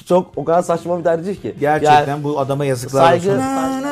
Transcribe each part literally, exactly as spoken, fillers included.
çok o kadar saçma bir tercih ki. Gerçekten yani, bu adama yazıklar saygı, olsun. saygı.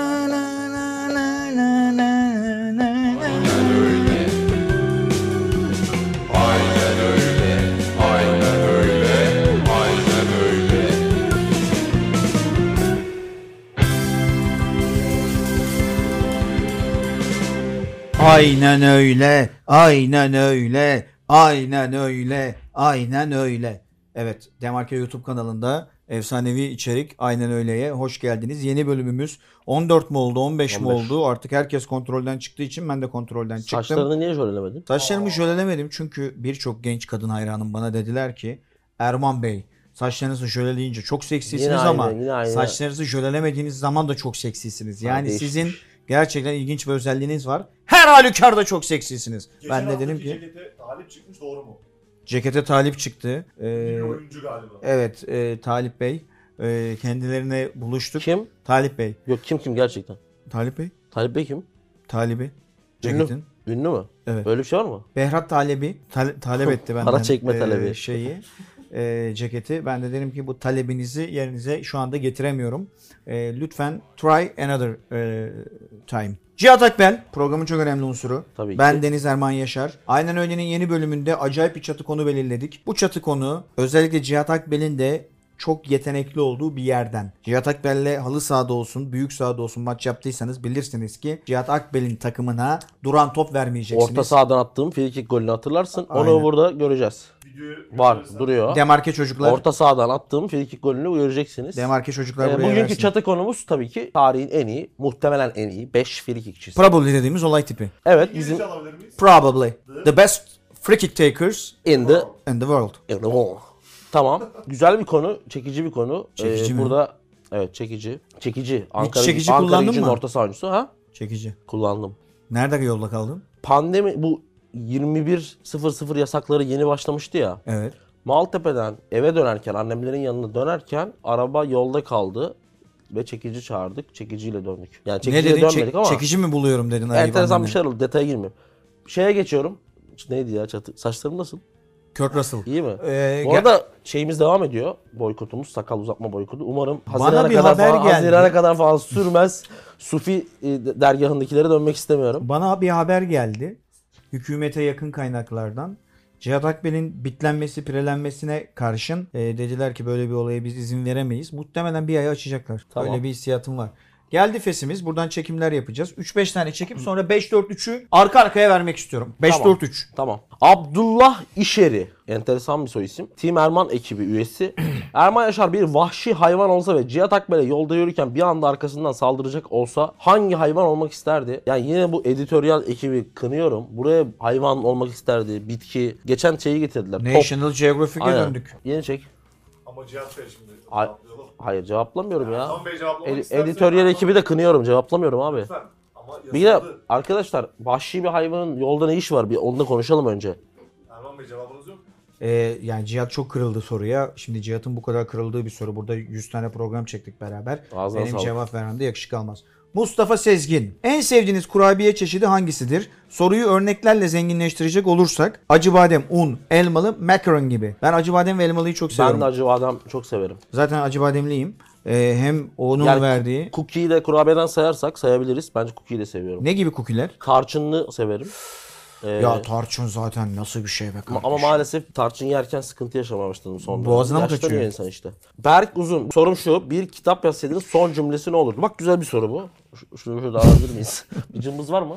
Aynen öyle, aynen öyle, aynen öyle, aynen öyle. Evet, Demarke YouTube kanalında efsanevi içerik Aynen Öyle'ye hoş geldiniz. Yeni bölümümüz on dört mü oldu, on beş mi oldu? Artık herkes kontrolden çıktığı için ben de kontrolden çıktım. Saçlarını niye jölelemedin? Saçlarımı jölelemedim çünkü birçok genç kadın hayranım bana dediler ki Erman Bey, saçlarınızı jöleleyince çok seksisiniz yine ama aynı, yine aynı. saçlarınızı jölelemediğiniz zaman da çok seksisiniz. Yani ha, sizin gerçekten ilginç bir özelliğiniz var. Her halükarda çok seksisiniz. Geçen ben de dedim ki cekete talip çıkmış, doğru mu? Cekete talip çıktı. Ee, Bir oyuncu galiba. evet, e, Talip Bey. E, kendilerine buluştuk. Kim? Talip Bey. Yok kim kim gerçekten? Talip Bey. Talip Bey kim? Talibi. Ceketin. Ünlü. Ünlü mü? Evet. Böyle bir şey var mı? Behrat Talebi tale- talep etti benden. Para çekme e, talebi. Şeyi. E, ceketi. Ben de dedim ki bu talebinizi yerinize şu anda getiremiyorum. E, lütfen try another e, time. Cihat Akbel programın çok önemli unsuru. Tabii ben ki. Deniz Erman Yaşar. Aynen Öyle'nin yeni bölümünde acayip bir çatı konu belirledik. Bu çatı konu özellikle Cihat Akbel'in de çok yetenekli olduğu bir yerden. Cihat Akbel'le halı sahada olsun, büyük sahada olsun maç yaptıysanız bilirsiniz ki Cihat Akbel'in takımına duran top vermeyeceksiniz. Orta sahadan attığım free kick golünü hatırlarsın. Aynen. Onu burada göreceğiz. Videoyu Var, gösterirsen. duruyor. Demarke çocuklar. Orta sahadan attığım free kick golünü göreceksiniz. Demarke çocuklar Ee, buraya bugünkü versin. çatı konumuz tabii ki tarihin en iyi, muhtemelen en iyi beş free kickçisi. Probably dediğimiz olay tipi. Evet, İngilizce bizim alabilir miyiz? Probably. The best free kick takers in the in the world. in the Tamam. Güzel bir konu, çekici bir konu. Çekici Ee, mi? Burada evet çekici. Çekici. Ankara çekici Ankara kullandın Gücü'nün mı? orta saha oyuncusu ha? Çekici. Kullandım. Nerede yolda kaldın? Pandemi bu yirmi bir sıfır sıfır yasakları yeni başlamıştı ya. Evet. Maltepe'den eve dönerken, annemlerin yanına dönerken araba yolda kaldı ve çekici çağırdık. Çekiciyle döndük. Yani Ne çekiciyle dedin? dönmedik Çek- ama çekici mi buluyorum dedin? ayıp enteresan annene. bir şey oldu. Detaya girmiyorum. Şeye geçiyorum. Neydi ya çatı? Saçlarım nasıl? Kurt Russell. İyi mi? Ee, Bu gel- arada şeyimiz devam ediyor. Boykotumuz, sakal uzatma boykotu. Umarım Bana Haziran'a bir kadar haber falan, geldi. Haziran'a kadar falan sürmez. Sufi e, dergahındakilere dönmek istemiyorum. Bana bir haber geldi. Hükümete yakın kaynaklardan. Cihat Akbel'in bitlenmesi, pirelenmesine karşın e, dediler ki böyle bir olaya biz izin veremeyiz. Muhtemelen bir ay açacaklar. Tamam. Öyle bir hissiyatım var. Geldi fesimiz. Buradan çekimler yapacağız. üç beş tane çekip sonra beş dört üçü arka arkaya vermek istiyorum. beş dört üç. Tamam. Abdullah İşeri. Enteresan bir soy isim. Team Erman ekibi üyesi. Erman Yaşar bir vahşi hayvan olsa ve Cihat Akbel'e yolda yürürken bir anda arkasından saldıracak olsa hangi hayvan olmak isterdi? Yani yine bu editoryal ekibi kınıyorum. Buraya hayvan olmak isterdi. Bitki. Geçen şeyi getirdiler. Top. National Geographic'e Aynen. döndük. Yeni çek. Ama Cihat Bey şimdi Ay- cevaplayalım. Hayır cevaplamıyorum ya. Erman Bey cevaplamak Ed- isterse editoryal Erman- ekibi de kınıyorum. Cevaplamıyorum abi. Lütfen. Ama Bir de yasakladı. arkadaşlar vahşi bir hayvanın yolda ne işi var? Bir onunla konuşalım önce. Erman Bey cevabınız yok mu? Ee, yani Cihat çok kırıldı soruya. Şimdi Cihat'ın bu kadar kırıldığı bir soru. Burada yüz tane program çektik beraber. Ağzına Benim sağlık. cevap vermemde yakışık almaz. Mustafa Sezgin. En sevdiğiniz kurabiye çeşidi hangisidir? Soruyu örneklerle zenginleştirecek olursak acıbadem, un, elmalı, macaron gibi. Ben acıbadem ve elmalıyı çok seviyorum. Ben de acı badem çok severim. Zaten acıbademliyim. Ee, hem onun Yani verdiği... Cookie'yi de kurabiyeden sayarsak sayabiliriz. Bence cookie'yi de seviyorum. Ne gibi kukiler? Tarçınlı severim. Ee, Ya tarçın zaten nasıl bir şey be kardeşim. ama maalesef tarçın yerken sıkıntı yaşamaya başladım son dönemde. Boğazına mı Yaşlanıyor kaçıyor? insan işte. Berk Uzun. Sorum şu. Bir kitap yazsaydınız son cümlesi ne olurdu? Bak güzel bir soru bu. Ş- Şunu şurada alabilir miyiz? Bir cımbız var mı?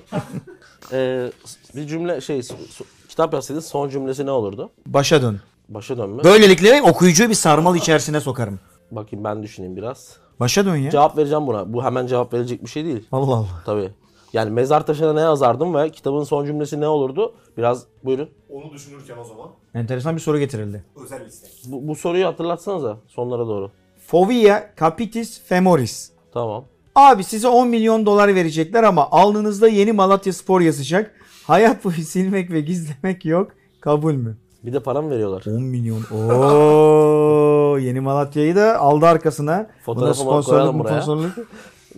Ee, bir cümle şey so- kitap yazsaydınız son cümlesi ne olurdu? Başa dön. Başa dönme. Böylelikle okuyucuyu bir sarmal içerisine sokarım. Bakayım ben düşüneyim biraz. Başa dön ya. Cevap vereceğim buna. Bu hemen cevap verilecek bir şey değil. Allah Allah. Tabii. Yani mezar taşına ne yazardım ve kitabın son cümlesi ne olurdu? Biraz buyurun. Onu düşünürken o zaman Enteresan bir soru getirildi. özel istek. Bu, bu soruyu hatırlatsanıza sonlara doğru. Fovea capitis femoris. Tamam. Abi size on milyon dolar verecekler ama alnınızda yeni Malatya Spor yazacak. Hayat boyu silmek ve gizlemek yok. Kabul mü? Bir de para mı veriyorlar? on milyon. Oo, yeni Malatya'yı da aldı arkasına. Buna Fotoğrafımı sponsorluk koyalım buraya. sponsorluk.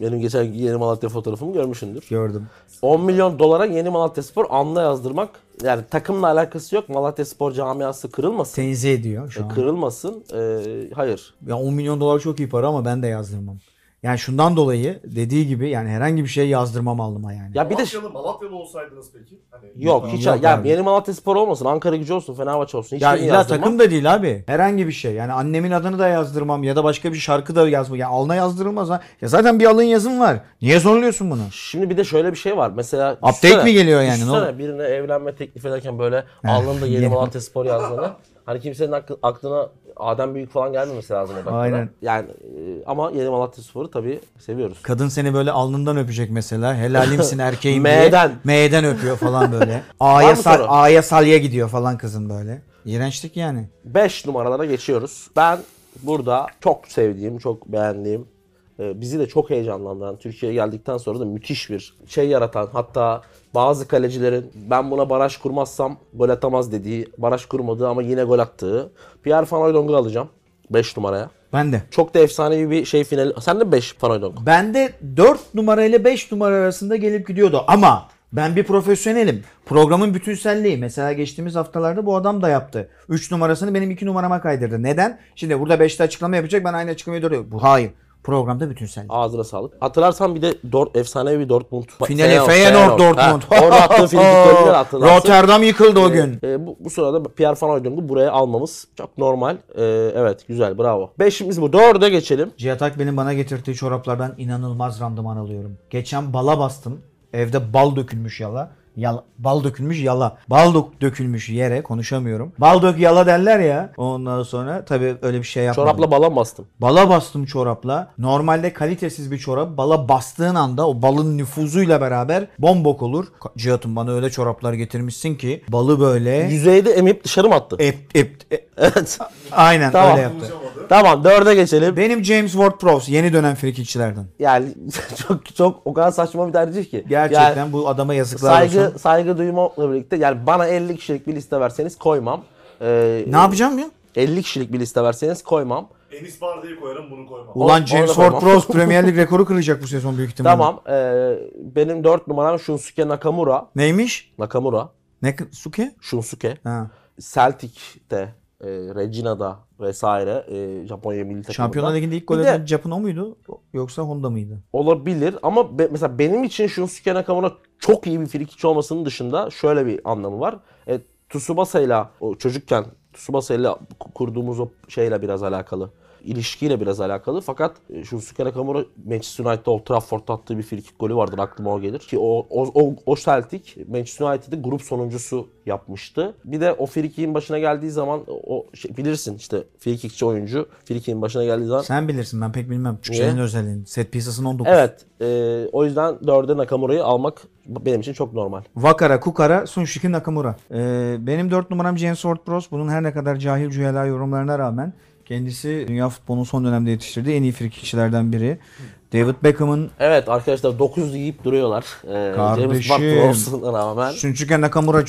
Benim geçen Yeni Malatya fotoğrafımı görmüşsündür. Gördüm. on milyon dolara Yeni Malatyaspor anla yazdırmak. Yani takımla alakası yok. Malatyaspor camiası kırılmasın. Tenzih ediyor şu an. Kırılmasın. Ee, hayır. Ya on milyon dolar çok iyi para ama ben de yazdırmam. Yani şundan dolayı dediği gibi yani herhangi bir şey yazdırmam aldıma yani. Ya bir de Malatyalı, Malatyalı olsaydınız peki? Hani yok hiç Yok ya abi. Yeni Malatyaspor olmasın, Ankara Gücü olsun, Fenerbahçe olsun. Ya Hiçbirini illa yazdırmam. takım da değil abi. Herhangi bir şey. Yani annemin adını da yazdırmam ya da başka bir şarkı da yazmam. Ya alına yazdırılmaz ha. Ya zaten bir alın yazım var. Niye zorluyorsun bunu? Şimdi bir de şöyle bir şey var. Mesela Update düşünsene- mi geliyor yani? Ne Düşünsene oldu? birine evlenme teklif ederken böyle alnında Yeni Yeni- Malatyaspor yazdığını. Hani kimsenin aklı- aklına Adem Büyük falan gelmemesi lazım o dakikada. Aynen. Yani e, ama Yeni Malatyaspor'u tabii seviyoruz. Kadın seni böyle alnından öpecek mesela. Helalimsin erkeğim M'den. diye. M'den öpüyor falan böyle. Var A'ya mı sal, soru? A'ya salya gidiyor falan kızın böyle. İğrençlik yani. beş numaralara geçiyoruz. Ben burada çok sevdiğim, çok beğendiğim, e, bizi de çok heyecanlandıran, Türkiye'ye geldikten sonra da müthiş bir şey yaratan, hatta bazı kalecilerin ben buna baraj kurmazsam gol atamaz dediği, baraj kurmadığı ama yine gol attığı Pierre Van Hooydonk'u alacağım beş numaraya. Ben de. Çok da efsanevi bir şey finali. Sen de beş Van Hooijdonk. Ben de dört numara ile beş numara arasında gelip gidiyordu ama ben bir profesyonelim. Programın bütünselliği. Mesela geçtiğimiz haftalarda bu adam da yaptı. üç numarasını benim iki numarama kaydırdı. Neden? Şimdi burada beşte açıklama yapacak. Ben aynı açıklamayı doğruyorum. Bu hayır. Programda bütünsellik. Ağzına sağlık. Hatırlarsan bir de Dort, efsanevi bir Dortmund. Finali Feyenoord Dortmund. Ha, orada attığı frikik golleri hatırlarsın. Rotterdam yıkıldı o gün. E, bu, bu sırada Pierre Van Hooijdonk'u buraya almamız çok normal. E, evet güzel bravo. Beşimiz bu. Dörde geçelim. Cihat Akbel'in bana getirdiği çoraplardan inanılmaz randıman alıyorum. Geçen bala bastım. Evde bal dökülmüş yala. Yala, bal dökülmüş yala. Bal dök- dökülmüş yere konuşamıyorum. Bal dök yala derler ya. Ondan sonra tabii öyle bir şey yapmadım. Çorapla bala mı bastın? Bala bastım çorapla. Normalde kalitesiz bir çorap. Bala bastığın anda o balın nüfuzuyla beraber bombok olur. Cihat'ım bana öyle çoraplar getirmişsin ki balı böyle Yüzeyde emip dışarı mı attı? ep ep, ep- Evet. aynen Tamam. öyle yaptı. konuşamadı. Tamam dörde geçelim. Benim James Ward-Prowse yeni dönem frikikçilerden. Yani çok çok o kadar saçma bir tercih ki. Gerçekten Yani bu adama yazıklar saygı olsun. saygı duymakla birlikte yani bana elli kişilik bir liste verseniz koymam. Ee, Ne yapacağım ya? elli kişilik bir liste verseniz koymam. Enis Barda'yı koyarım, bunu koymam. Ulan O- James onu da koymam. Ward-Prowse Premier Lig rekoru kıracak bu sezon büyük ihtimalle. Tamam. ee, benim dört numaram Shunsuke Nakamura. Neymiş? Nakamura. Ne Suke? Shunsuke. Ha. Celtic'te, e, Regina'da vesaire e, Japonya milli takımında. Şampiyonlar Ligi'nde ilk Bir gol de atan Japon o muydu? Yoksa Honda mıydı? olabilir ama be- mesela benim için Shunsuke Nakamura çok iyi bir frikikçi olmasının dışında şöyle bir anlamı var. E, Tsubasa'yla o çocukken Tsubasa'yla kurduğumuz o şeyle biraz alakalı. İlişkiyle biraz alakalı. Fakat e, Shunsuke Nakamura Manchester United'da Old Trafford'da attığı bir frikik golü vardır, aklıma o gelir. Ki o o o, o Celtic Manchester United'ı grup sonuncusu yapmıştı. Bir de o frikiğin başına geldiği zaman o şey, bilirsin işte frikikçi oyuncu frikiğin başına geldiği zaman Sen bilirsin, ben pek bilmem. Çünkü Niye? senin özelliğin. Set pieces'ın on dokuz. evet e, o yüzden dörde Nakamura'yı almak benim için çok normal. Wakara, Kukara, Sunshiki Nakamura. Ee, benim dört numaram James Ward-Prowse. Bunun her ne kadar cahil cühela yorumlarına rağmen kendisi dünya futbolunun son dönemde yetiştirdiği en iyi frikikçilerden biri. David Beckham'ın Evet arkadaşlar dokuz yiyip duruyorlar. Ee, Kardeşim. James Ward-Prowse'una rağmen. Sunshiki Nakamura...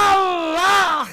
Allah!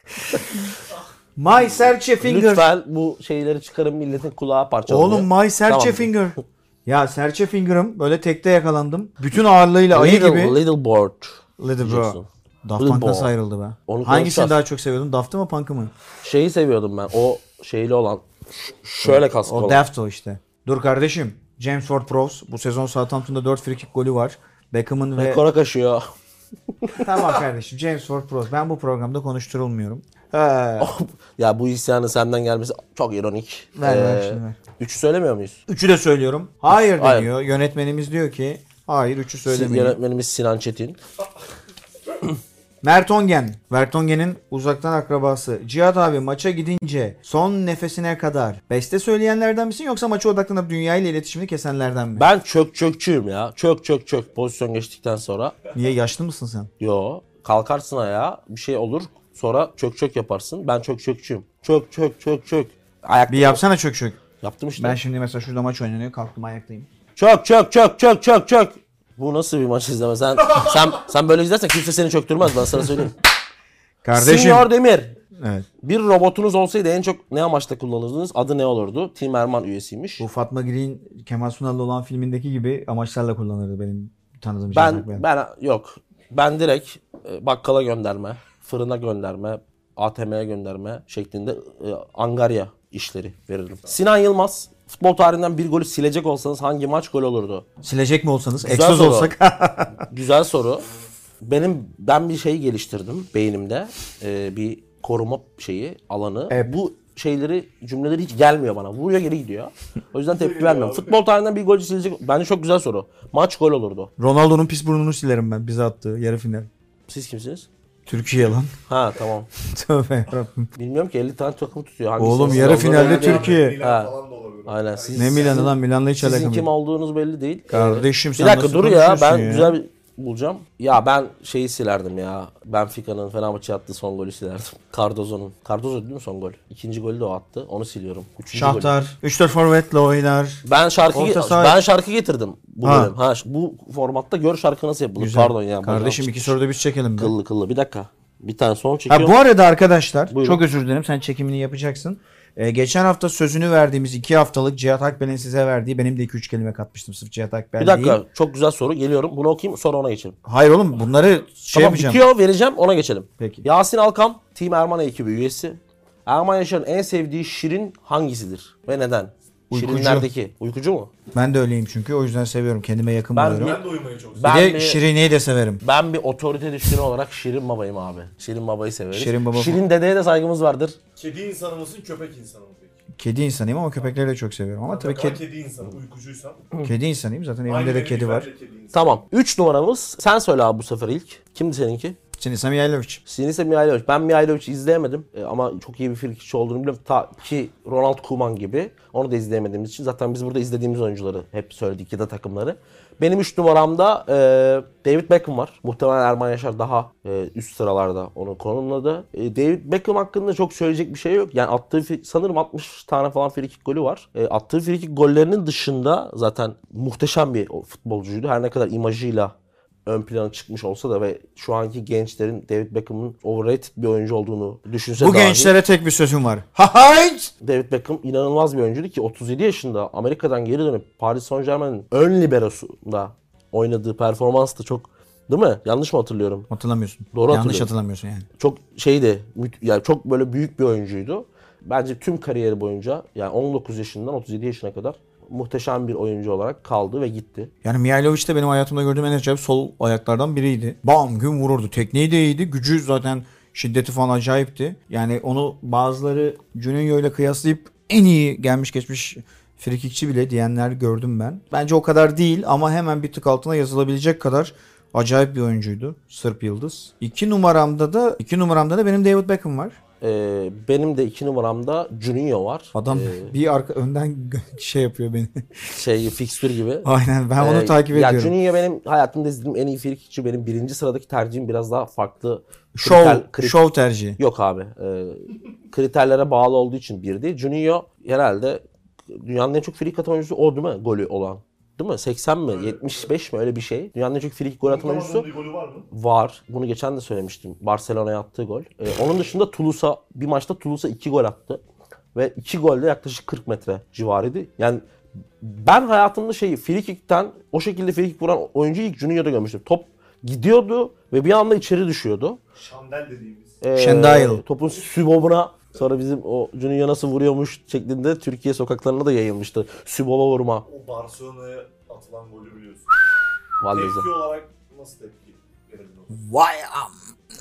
My Serçe Finger. Lütfen bu şeyleri çıkarın, milletin kulağı parçalanıyor. Oğlum My Serçe Tamam. Finger. Ya Serçe Finger'ım böyle tekte yakalandım. Bütün ağırlığıyla ayı Little, gibi. Little Board. Little Bro. diyeceksin. Daft Little Punk nasıl Boy. ayrıldı be? Onu Hangisini konuşacağız. daha çok seviyordun? Daft'ı mı Punk'ı mı? Şeyi seviyordum ben. O şeyli olan. ş- Şöyle kaskı O olan. Daft o işte. Dur kardeşim. James Ward-Prowse bu sezon Southampton'da dört frikik golü var. Beckham'ın ve... Rekora kaşıyor. Tamam kardeşim, James Ward-Prowse. Ben bu programda konuşturulmuyorum. He. Ya bu isyanın senden gelmesi çok ironik. Ver, ver şimdi ver. Üçü söylemiyor muyuz? Üçü de söylüyorum. Hayır Hayır. deniyor. Yönetmenimiz diyor ki hayır üçü Sin- söylemeyin. Yönetmenimiz Sinan Çetin. Mert Ongen. Vertonghen'in uzaktan akrabası. Cihat abi maça gidince son nefesine kadar beste söyleyenlerden misin yoksa maça odaklanıp dünyayla iletişimini kesenlerden mi? Ben çök çökçüyüm ya. Çök çök çök pozisyon geçtikten sonra. Niye, yaşlı mısın sen? Yo, kalkarsın ayağa, bir şey olur, sonra çök çök yaparsın. Ben çök çökçüyüm. Çök çök çök çök. Ayak Bir yapsana çök çök. yaptım işte. Ben şimdi mesela şurada maç oynanıyor, kalktım ayaktayım. Çök çök çök çök çök çök. Bu nasıl bir maç izleme? Sen sen sen böyle izlersen kimse seni çöktürmez, ben sana söyleyeyim. Kardeşim Sinyor Demir. Evet. Bir robotunuz olsaydı en çok ne amaçla kullanırdınız? Adı ne olurdu? Team Erman üyesiymiş. Bu Fatma Girik'in Kemal Sunal'la olan filmindeki gibi amaçlarla kullanırdı benim tanıdığım Ben Cihat ben yok. Ben direkt e, bakkala gönderme, fırına gönderme, A T M'ye gönderme şeklinde e, angarya işleri verirdim. Sinan Yılmaz, futbol tarihinden bir golü silecek olsanız hangi maç golü olurdu? Silecek mi olsanız? Güzel Egzoz soru. olsak. Güzel soru. Benim ben bir şey geliştirdim beynimde. E, bir koruma şeyi, alanı. Evet. Bu şeyleri, cümleleri hiç gelmiyor bana. Vuruyor geri gidiyor. O yüzden tepki vermiyorum. Futbol tarihinden bir golü silecek. Bence çok güzel soru. Maç gol olurdu. Ronaldo'nun pis burnunu silerim ben. Bize attığı yarı final. Siz kimsiniz? Türkiye lan. Ha tamam. Tövbe yarabbim. Bilmiyorum ki elli tane takım tutuyor. Hangisi Oğlum, sizin yarı olduğunu finalde belli değil. Türkiye. Milan Ha. falan da olabilir. Aynen. Siz, Ne Milan'ı lan? Milan'la hiç Sizin alakam kim yok. olduğunuz belli değil. Kardeşim Ee, sen bir dakika nasıl dur ya, ben konuşuyorsun ya? güzel bir bulacağım. Ya ben şeyi silerdim ya. Benfica'nın Fenerbahçe'ye attığı son golü silerdim. Cardozo'nun. Cardozo değil mi son gol? İkinci golü de o attı. Onu siliyorum. Üçüncü golü. Şahtar. üç dört forvetle oynar. Ben şarkı Orta ge- saha- ben şarkı getirdim bu Ha. bölüm. Ha bu formatta gör şarkı nasıl yapılır. Güzel. Pardon ya. Kardeşim bacağım iki çıkmış. soruda biz çekelim. be. Kıllı kıllı. Bir dakika. Bir tane son Ha, çekiyorum. bu arada arkadaşlar Buyurun. çok özür dilerim, sen çekimini yapacaksın. Ee, geçen hafta sözünü verdiğimiz iki haftalık Cihat Akbel'in size verdiği, benim de iki üç kelime katmıştım sırf Cihat Akbel Bir dakika. değil. Çok güzel soru. Geliyorum. Bunu okuyayım sonra ona geçelim. Hayır oğlum, bunları şey Tamam yapacağım. bitiyor, vereceğim, ona geçelim. Peki. Yasin Alkan, Team Erman ekibi üyesi. Erman Yaşar'ın en sevdiği şirin hangisidir ve neden? Uykucu. Şirinlerdeki. Uykucu mu? Ben de öyleyim çünkü, o yüzden seviyorum. Kendime yakın Ben buluyorum. Ben de uyumayı çok Bir seviyorum. Ben de bir- Şirine'yi de severim. Ben bir otorite düşkünü olarak Şirin Baba'yım abi. Şirin Baba'yı severiz. Şirin Baba- Şirin dedeye de saygımız vardır. Kedi insanı mısın, köpek insanı mı peki? Kedi insanıyım ama köpekleri de çok seviyorum. Ama tabii Mutlaka kedi, kedi insanı, uykucuysan. kedi insanıyım. Zaten Aynı evimde de benim kedi gibi, var. ben de kedi insanı. Tamam. üç numaramız. Sen söyle abi bu sefer ilk. Kimdi seninki? Sinisa Mihailovic. Sinisa Mihailovic. Ben Mihailovic'i izleyemedim e, ama çok iyi bir frikikçi olduğunu biliyorum. Ta ki Ronald Koeman gibi. Onu da izleyemediğimiz için. Zaten biz burada izlediğimiz oyuncuları hep söyledik ya da takımları. Benim üç numaramda e, David Beckham var. Muhtemelen Erman Yaşar daha e, üst sıralarda onu konumladı. E, David Beckham hakkında çok söyleyecek bir şey yok. Yani attığı fi- sanırım altmış tane falan frikik golü var. E, attığı frikik gollerinin dışında zaten muhteşem bir futbolcuydu. Her ne kadar imajıyla ön plana çıkmış olsa da ve şu anki gençlerin David Beckham'ın overrated bir oyuncu olduğunu düşünse Bu dahi, gençlere tek bir sözüm var. Hayt! David Beckham inanılmaz bir oyuncuydu ki otuz yedi yaşında Amerika'dan geri dönüp Paris Saint-Germain'in ön liberosunda oynadığı performans da çok, değil mi? Yanlış mı hatırlıyorum? Hatırlamıyorsun. Doğru Yanlış hatırlıyorum. hatırlamıyorsun yani. Çok şeydi, müt- yani çok böyle büyük bir oyuncuydu. Bence tüm kariyeri boyunca yani on dokuz yaşından otuz yedi yaşına kadar muhteşem bir oyuncu olarak kaldı ve gitti. Yani Mihailovic de benim hayatımda gördüğüm en acayip sol ayaklardan biriydi. Bam gün vururdu. Tekniği de iyiydi. Gücü zaten, şiddeti falan acayipti. Yani onu bazıları Juninho ile kıyaslayıp en iyi gelmiş geçmiş frikikçi bile diyenler gördüm ben. Bence o kadar değil ama hemen bir tık altına yazılabilecek kadar acayip bir oyuncuydu. Sırp Yıldız. İki numaramda da iki numaramda da benim David Beckham var. Ee, benim de iki numaramda Juninho var. Adam Ee, bir arka önden şey yapıyor beni. şey fikstür gibi. Aynen, ben onu Ee, takip ya ediyorum. Juninho benim hayatımda izlediğim en iyi frikikçi. Benim birinci sıradaki tercihim biraz daha farklı. Şov, kriter- kriter- şov tercihi. Yok abi. Ee, kriterlere bağlı olduğu için bir değil. Juninho herhalde dünyanın en çok frikik atan oyuncusu o değil mi? Golü olan. Değil mi? seksen mi? yetmiş beş mi? Öyle bir şey. Dünyanın en çok frikik gol atan oyuncusu Unutamadığın bir golü var mı? var. Bunu geçen de söylemiştim. Barcelona'ya attığı gol. Ee, onun dışında Toulouse'a, bir maçta Toulouse'a iki gol attı. Ve iki gol de yaklaşık kırk metre civarıydı. Yani ben hayatımda şeyi frikikten o şekilde frikik vuran oyuncuyu ilk Junior'da görmüştüm. Top gidiyordu ve bir anda içeri düşüyordu. Şandel dediğimiz. Ee, Şendail. Topun sübobuna sonra bizim o Junior nasıl vuruyormuş şeklinde Türkiye sokaklarına da yayılmıştı. Süboba vurma. O Barcelona'ya atılan golü biliyorsun. Vallahi. Tepki olarak nasıl tepki verirdin o? Vay am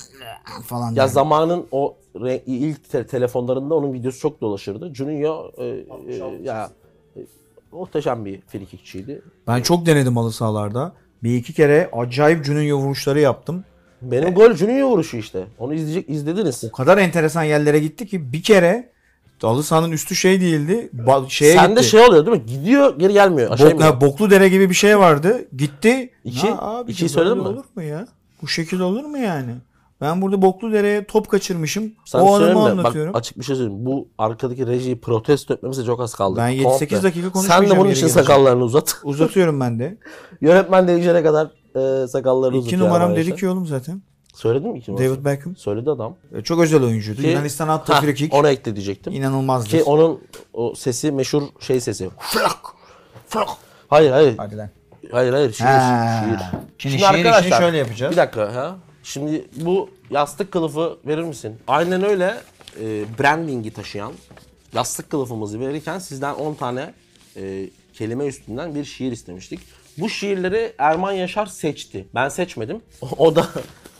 falan. Ya der. zamanın o re- ilk te- telefonlarında onun videosu çok dolaşırdı. Junior e, e, altmış altı ya e, muhteşem bir frikikçiydi. Ben çok denedim halı sahalarda. Bir iki kere acayip Juninho vuruşları yaptım. Benim gol Junior vuruşu işte. Onu izleyecek izlediniz. O kadar enteresan yerlere gitti ki bir kere halı sahanın üstü şey değildi. Ba- şeye Sende gitti. şey oluyor değil mi? Gidiyor geri gelmiyor. Aşağı Bok, inmiyor. ha, boklu dere gibi bir şey vardı. Gitti. İki- Ya abicim, ikiyi söyledin böyle mi? Olur mu ya? Bu şekil olur mu yani? Ben burada boklu dereye top kaçırmışım. Sana o söyleyeyim adamı mi? Bak anlatıyorum. açık bir şey söyleyeyim. Bu arkadaki rejiyi protesto etmemize çok az kaldı. Ben yedi sekiz Komple. dakika Sen konuşmayacağım. de bunun yeri için gelince. sakallarını uzat. Uzatıyorum ben de. Yönetmen değişene kadar e, sakallarını İki uzatıyor. numaram arkadaşlar. dedi ki oğlum zaten. Söyledin mi kim? David Beckham. Söyledi adam. E, Çok özel oyuncuydu. Ki- Yunanistan'a attığı Ha, free kick onu ekle diyecektim. inanılmazdı. Ki onun o sesi meşhur şey sesi. Flak. Flak. Hayır hayır. Hadi lan. Hayır hayır. Şiir. Ha. Şiir. Şimdi şiir işini şöyle yapacağız. Bir dakika ha. Şimdi bu yastık kılıfı verir misin? Aynen öyle e, branding'i taşıyan yastık kılıfımızı verirken sizden on tane e, kelime üstünden bir şiir istemiştik. Bu şiirleri Erman Yaşar seçti. Ben seçmedim. O da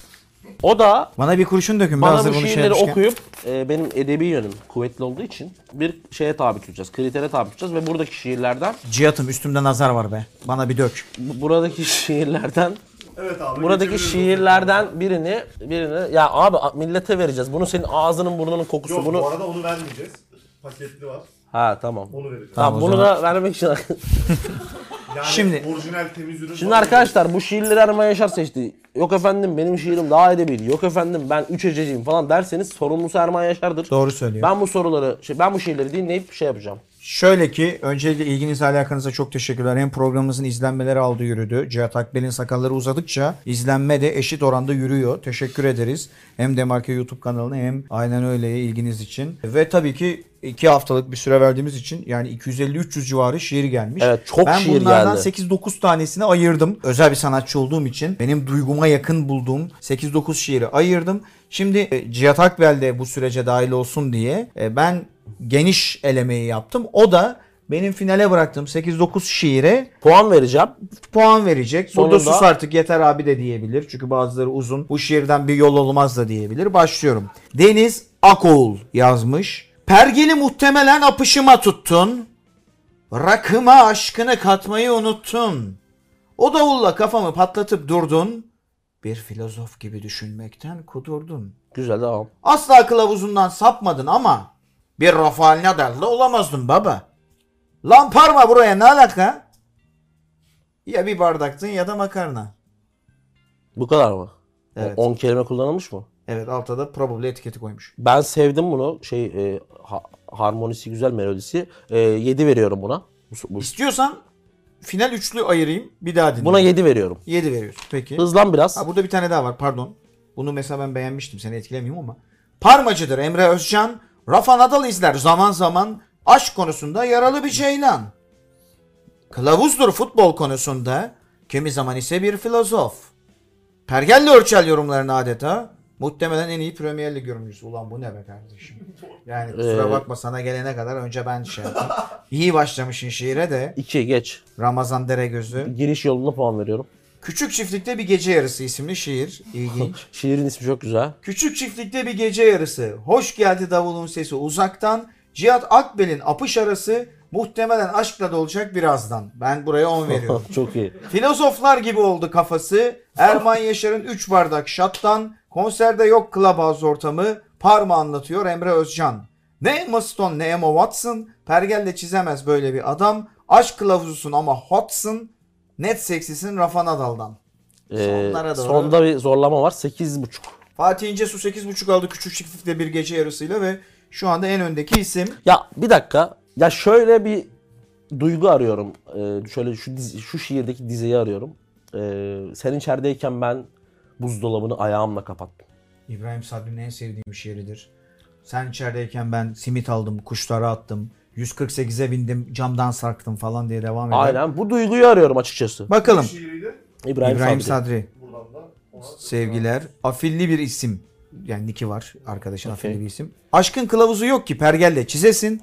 o da Bana bir kurşun dökün. bana hazır bu bunu şey şiirleri yapmışken. okuyup e, benim edebi yönüm kuvvetli olduğu için bir şeye tabi tutacağız. Kritere tabi tutacağız ve buradaki şiirlerden Cihat'ım üstümde nazar var be. Bana bir dök. bu- buradaki şiirlerden Evet abi. buradaki geçebiliriz. şiirlerden birini birini ya abi millete vereceğiz. Bunu senin ağzının burnunun kokusu Yok bunu. bu arada onu vermeyeceğiz. Paketli var. Ha tamam. Onu vereceğiz. Tamam, Tamam, o bunu zaman. da vermek için. Yani Şimdi- orijinal temiz ürün. Şimdi var. arkadaşlar bu şiirleri Erman Yaşar seçti. Yok efendim benim şiirim daha edebi. Yok efendim ben üç hececiyim falan derseniz sorumlusu Erman Yaşar'dır. Doğru söylüyor. Ben bu soruları, şey, ben bu şiirleri dinleyip şey yapacağım. Şöyle ki öncelikle ilginize alakanıza çok teşekkürler. Hem programımızın izlenmeleri aldı yürüdü. Cihat Akbel'in sakalları uzadıkça izlenme de eşit oranda yürüyor. Teşekkür ederiz. Hem Demarke YouTube kanalına hem aynen öyleye ilginiz için. Ve tabii ki iki haftalık bir süre verdiğimiz için yani iki yüz elli üç yüz civarı şiir gelmiş. Evet, çok ben şiir bunlardan geldi. sekiz dokuz tanesini ayırdım. Özel bir sanatçı olduğum için benim duyguma yakın bulduğum sekiz dokuz şiiri ayırdım. Şimdi e, Cihat Akbel de bu sürece dahil olsun diye e, ben geniş elemeyi yaptım. O da benim finale bıraktığım sekiz dokuz şiire Puan vereceğim. puan verecek. Burada Sonunda- sus artık yeter abi de diyebilir. Çünkü bazıları uzun. Bu şiirden bir yol olmaz da diyebilir. Başlıyorum. Deniz Akoğul yazmış. Pergeli muhtemelen apışıma tuttun. Rakıma aşkını katmayı unuttun. O davulla kafamı patlatıp durdun. Bir filozof gibi düşünmekten kudurdun. Güzel devam. Asla kılavuzundan sapmadın ama bir Rafael Nadal'da olamazdın baba. Lan parma buraya ne alaka? Ya bir bardaktın ya da makarna. Bu kadar mı? Evet. on kelime kullanılmış mı? Evet altta da probably etiketi koymuş. Ben sevdim bunu. Şey e, ha- harmonisi güzel, melodisi. E, yedi veriyorum buna. Bu, bu- İstiyorsan final üçlü ayırayım bir daha dinle. buna yedi veriyorum. yedi veriyorsun peki. Hızlan biraz. Ha, burada bir tane daha var pardon. Bunu mesela ben beğenmiştim seni etkilemeyeyim ama. Parmacıdır Emre Özcan. Rafa Nadal izler zaman zaman aşk konusunda yaralı bir ceylan. Kılavuzdur futbol konusunda. Kimi zaman ise bir filozof. Pergelli ölçel yorumlarını adeta. Muhtemelen en iyi Premier Lig yorumcusu. Ulan bu ne be kardeşim. Yani kusura Ee, bakma sana gelene kadar önce ben şey yaptım. İyi başlamışsın şiire de. iki geç. Ramazan Deregözü. Giriş yoluna puan veriyorum. Küçük Çiftlikte Bir Gece Yarısı isimli şiir. İlginç. Şiirin ismi çok güzel. Küçük çiftlikte bir gece yarısı. Hoş geldi davulun sesi uzaktan. Cihat Akbel'in apış arası. Muhtemelen aşkla da olacak birazdan. Ben buraya on veriyorum. Çok iyi. Filozoflar gibi oldu kafası. Erman Yaşar'ın üç bardak şattan. Konserde yok Clubhouse ortamı. Parma anlatıyor Emre Özcan. Ne Emma Stone ne Emma Watson. Pergelle çizemez böyle bir adam. Aşk kılavuzusun ama hotsın. Net seksisin Rafa Nadal'dan. Ee, Sonlara doğru. sonda bir zorlama var. sekiz buçuk. Fatih İncesu sekiz buçuk aldı Küçük Çiftlikte Bir Gece Yarısıyla ve şu anda en öndeki isim. Ya bir dakika. Ya şöyle bir duygu arıyorum. Ee, şöyle şu dizi- şu şiirdeki dizeyi arıyorum. Ee, sen içerideyken ben buzdolabını ayağımla kapattım. İbrahim Sabri'nin en sevdiğim şiiridir. Sen içerideyken ben simit aldım, kuşlara attım. yüz kırk sekize bindim, camdan sarktım falan diye devam eder. Aynen. Bu duyguyu arıyorum açıkçası. Bakalım. Şiiriydi. İbrahim, İbrahim Sabri. Sadri. Buradan da ona Sevgiler. Afilli bir isim. Yani Niki var. Arkadaşın Okey. afilli bir isim. Aşkın kılavuzu yok ki pergelle çizesin.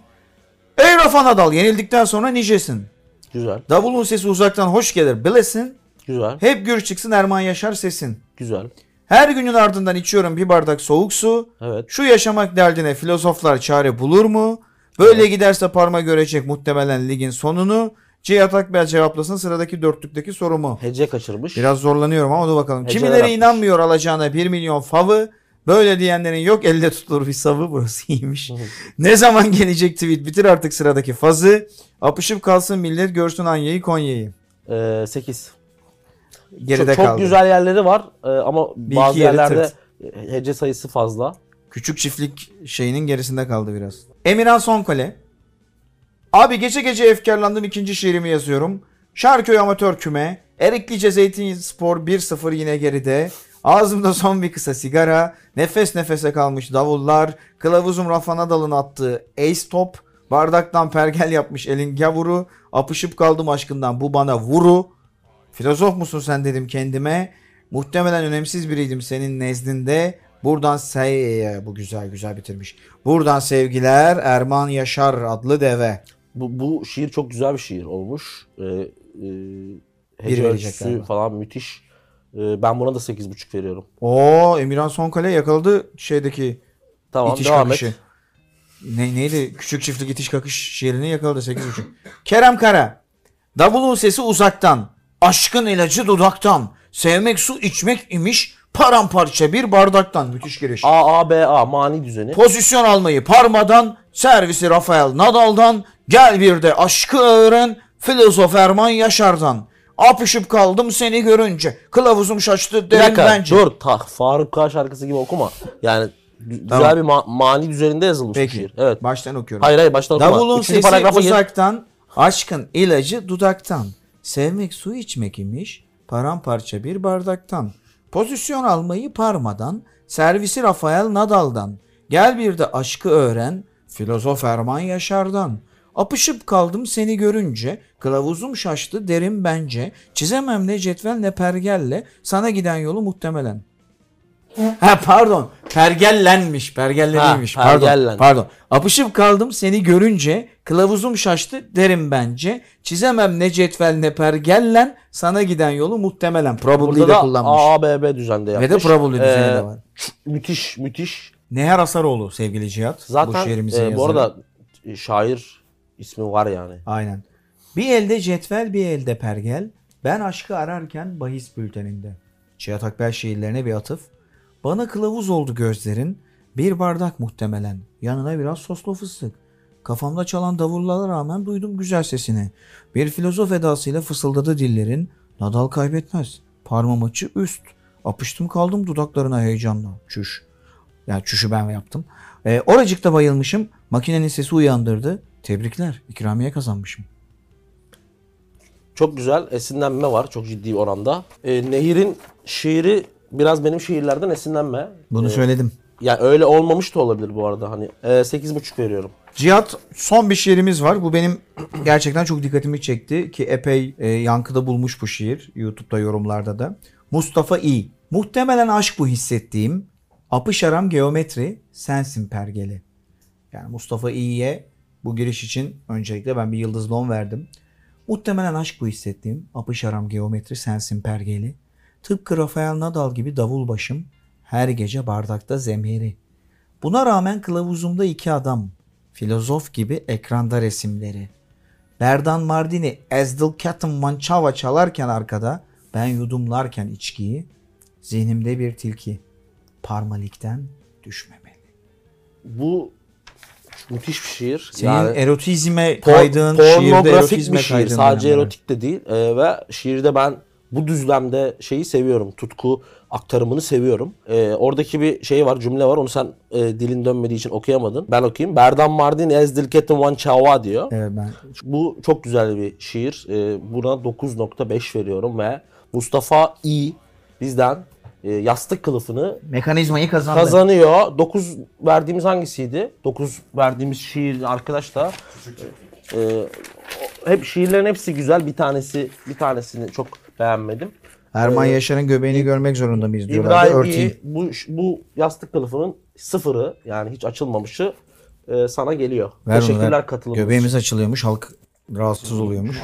Ey Rafa Nadal yenildikten sonra nicesin. Güzel. Davulun sesi uzaktan hoş gelir bilesin. Güzel. Hep gür çıksın Erman Yaşar sesin. Güzel. Her günün ardından içiyorum bir bardak soğuk su. Evet. Şu yaşamak derdine filozoflar çare bulur mu? Böyle giderse parma görecek muhtemelen ligin sonunu. Cihat Akbel cevaplasın sıradaki dörtlükteki sorumu. Hece kaçırmış. Biraz zorlanıyorum ama dur bakalım. Heceler Kimileri atmış. inanmıyor alacağına bir milyon favı. Böyle diyenlerin yok elde tutulur bir savı. Burası iyiymiş. Ne zaman gelecek tweet? Bitir artık sıradaki fazı. Apışıp kalsın millet görsün Anya'yı Konya'yı. Ee, sekiz. Geride çok, kaldı. çok güzel yerleri var ee, ama Bir bazı iki yeri yerlerde hece sayısı fazla. Küçük çiftlik şeyinin gerisinde kaldı biraz. Emirhan Sonkale. Abi gece gece efkarlandım ikinci şiirimi yazıyorum. Şarköy amatör küme. Eriklice Zeytinspor bir sıfır yine geride. Ağzımda son bir kısa sigara, nefes nefese kalmış davullar, kılavuzum Rafa Nadal'ın attığı ace top, bardaktan pergel yapmış elin gavuru, apışıp kaldım aşkından bu bana vuru. Filozof musun sen dedim kendime, muhtemelen önemsiz biriydim senin nezdinde. Buradan sev... Bu güzel güzel bitirmiş. Buradan sevgiler Erman Yaşar adlı deve. Bu, bu şiir çok güzel bir şiir olmuş. Ee, e, Bir hece verecek ölçüsü galiba. falan müthiş. Ee, ben buna da sekiz buçuk veriyorum. Oo, Emirhan Sonkale yakaladı şeydeki Tamam itiş devam kakışı. et. Ne, neydi? Küçük çiftlik itiş kakış şiirini yakaladı sekiz buçuk. Kerem Kara. Davulun sesi uzaktan. Aşkın ilacı dudaktan. Sevmek su içmek imiş. Paramparça bir bardaktan. Müthiş giriş. A A B A mani düzeni. Pozisyon almayı parmadan. Servisi Rafael Nadal'dan. Gel bir de aşkı öğren. Filozof Erman Yaşar'dan. Apışıp kaldım seni görünce. Kılavuzum şaştı Bir derim dakika bence. dur. Ta, Faruk K şarkısı gibi okuma. Yani gü- Tamam. güzel bir ma- mani düzeninde yazılmış bir Peki. şiir. Evet. Baştan okuyorum. Hayır hayır baştan okuma. Davulun Üçüncü sesi paragrafa gir. uzaktan, aşkın ilacı dudaktan. Sevmek su içmek imiş, paramparça bir bardaktan. Pozisyon almayı parmadan, servisi Rafael Nadal'dan. Gel bir de aşkı öğren, filozof Erman Yaşar'dan. Apışıp kaldım seni görünce, kılavuzum şaştı derim bence. Çizemem ne cetvel ne pergelle, sana giden yolu muhtemelen. Ha pardon. Pergellenmiş. Pergelle Ha, değilmiş. Pardon. pergellen. Pardon. Apışıp kaldım seni görünce. Kılavuzum şaştı derim bence. Çizemem ne cetvel ne pergellen. Sana giden yolu muhtemelen. Probably'yi Burada de da kullanmış. A A B B düzende yapmış. Ve de probably düzeni Ee, de var. Müthiş müthiş. Neher Asaroğlu sevgili Cihat. bu Zaten şiirimizin e, bu yazarı. arada e, şair ismi var yani. Aynen. Bir elde cetvel bir elde pergel. Ben aşkı ararken bahis bülteninde. Cihat Akbel şiirlerine bir atıf. Bana kılavuz oldu gözlerin. Bir bardak muhtemelen. Yanına biraz soslu fıstık. Kafamda çalan davullara rağmen duydum güzel sesini. Bir filozof edasıyla fısıldadı dillerin. Nadal kaybetmez. Parmağım açı üst. Apıştım kaldım dudaklarına heyecanla. Çüş. Yani çüşü ben yaptım. E, oracıkta bayılmışım. Makinenin sesi uyandırdı. Tebrikler. İkramiye kazanmışım. Çok güzel esinlenme var çok ciddi oranda. E, Nehir'in şiiri biraz benim şiirlerden esinlenme. Bunu E, söyledim. Yani öyle olmamış da olabilir bu arada. Hani e, sekiz buçuk veriyorum. Cihat son bir şiirimiz var. Bu benim gerçekten çok dikkatimi çekti ki epey e, yankıda bulmuş bu şiir. YouTube'da yorumlarda da. Mustafa İ. Muhtemelen aşk bu hissettiğim. Apış aram geometri sensin pergeli. Yani Mustafa İ'ye bu giriş için öncelikle ben bir yıldızlı on verdim. Muhtemelen aşk bu hissettiğim. Apış aram geometri sensin pergeli. Tıpkı Rafael Nadal gibi davul başım. Her gece bardakta zemheri. Buna rağmen kılavuzumda iki adam. Filozof gibi ekranda resimleri. Berdan Mardini Ezdil Cat'ın Mançava çalarken arkada, ben yudumlarken içkiyi, zihnimde bir tilki. Parmalikten düşmemeli. Bu müthiş bir şiir. Senin yani erotizme por- kaydığın şiirde pornografik erotizme bir şiir. kaydığın Sadece dönemler. erotik de değil. E, ve şiirde ben bu düzlemde şeyi seviyorum. Tutku aktarımını seviyorum. E, oradaki bir şey var, cümle var. Onu sen e, dilin dönmediği için okuyamadın. Ben okuyayım. Berdan Mardin ezdil ketin van çava diyor. Evet ben. Bu çok güzel bir şiir. E, buna dokuz nokta beş veriyorum ve Mustafa İ bizden e, yastık kılıfını Mekanizmayı kazandı. kazanıyor. dokuz verdiğimiz hangisiydi? dokuz verdiğimiz şiir arkadaş da e, hep şiirlerin hepsi güzel. Bir tanesi bir tanesini çok beğenmedim. Erman Ee, Yaşar'ın göbeğini görmek zorunda mıyız diyorlardı. İbrahim Örteyim. İ, bu bu yastık kılıfının sıfırı yani hiç açılmamışı e, sana geliyor. Ver onu, Teşekkürler ver. katılımınız için. Göbeğimiz açılıyormuş. Halk rahatsız oluyormuş.